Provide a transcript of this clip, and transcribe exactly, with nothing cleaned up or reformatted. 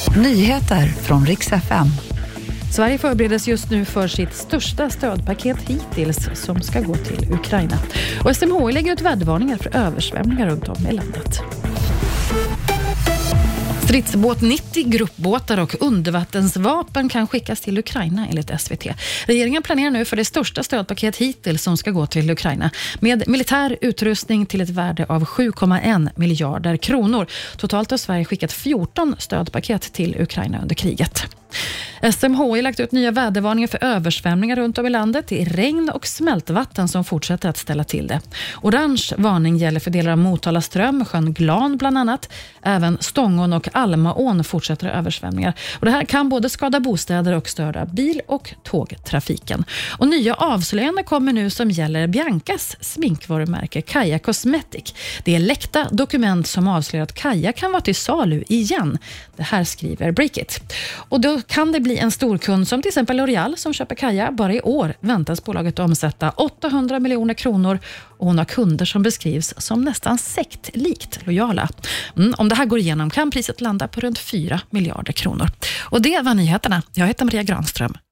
Nyheter från Rix F M. Sverige förbereds just nu för sitt största stödpaket hittills som ska gå till Ukraina. Och S M H I lägger ut vädervarningar för översvämningar runt om i landet. Stridsbåt nittio, gruppbåtar och undervattensvapen kan skickas till Ukraina enligt S V T. Regeringen planerar nu för det största stödpaket hittills som ska gå till Ukraina med militär utrustning till ett värde av sju komma en miljarder kronor. Totalt har Sverige skickat fjorton stödpaket till Ukraina under kriget. S M H I har lagt ut nya vädervarningar för översvämningar runt om i landet. Det är regn och smältvatten som fortsätter att ställa till det. Orange varning gäller för delar av Motala ström, sjön Glan bland annat. Även Stångån och Almaån fortsätter översvämningar. Och det här kan både skada bostäder och störa bil- och tågtrafiken. Och nya avslöjanden kommer nu som gäller Biancas sminkvarumärke Kaja Cosmetic. Det är läckta dokument som avslöjar att Kaja kan vara till salu igen. Det här skriver Breakit. Och då kan det bli en stor kund som till exempel L'Oreal som köper Kaja. Bara i år väntas bolaget omsätta åttahundra miljoner kronor och hon har kunder som beskrivs som nästan sektlikt lojala. Mm, om det här går igenom kan priset landa på runt fyra miljarder kronor. Och det var nyheterna. Jag heter Maria Granström.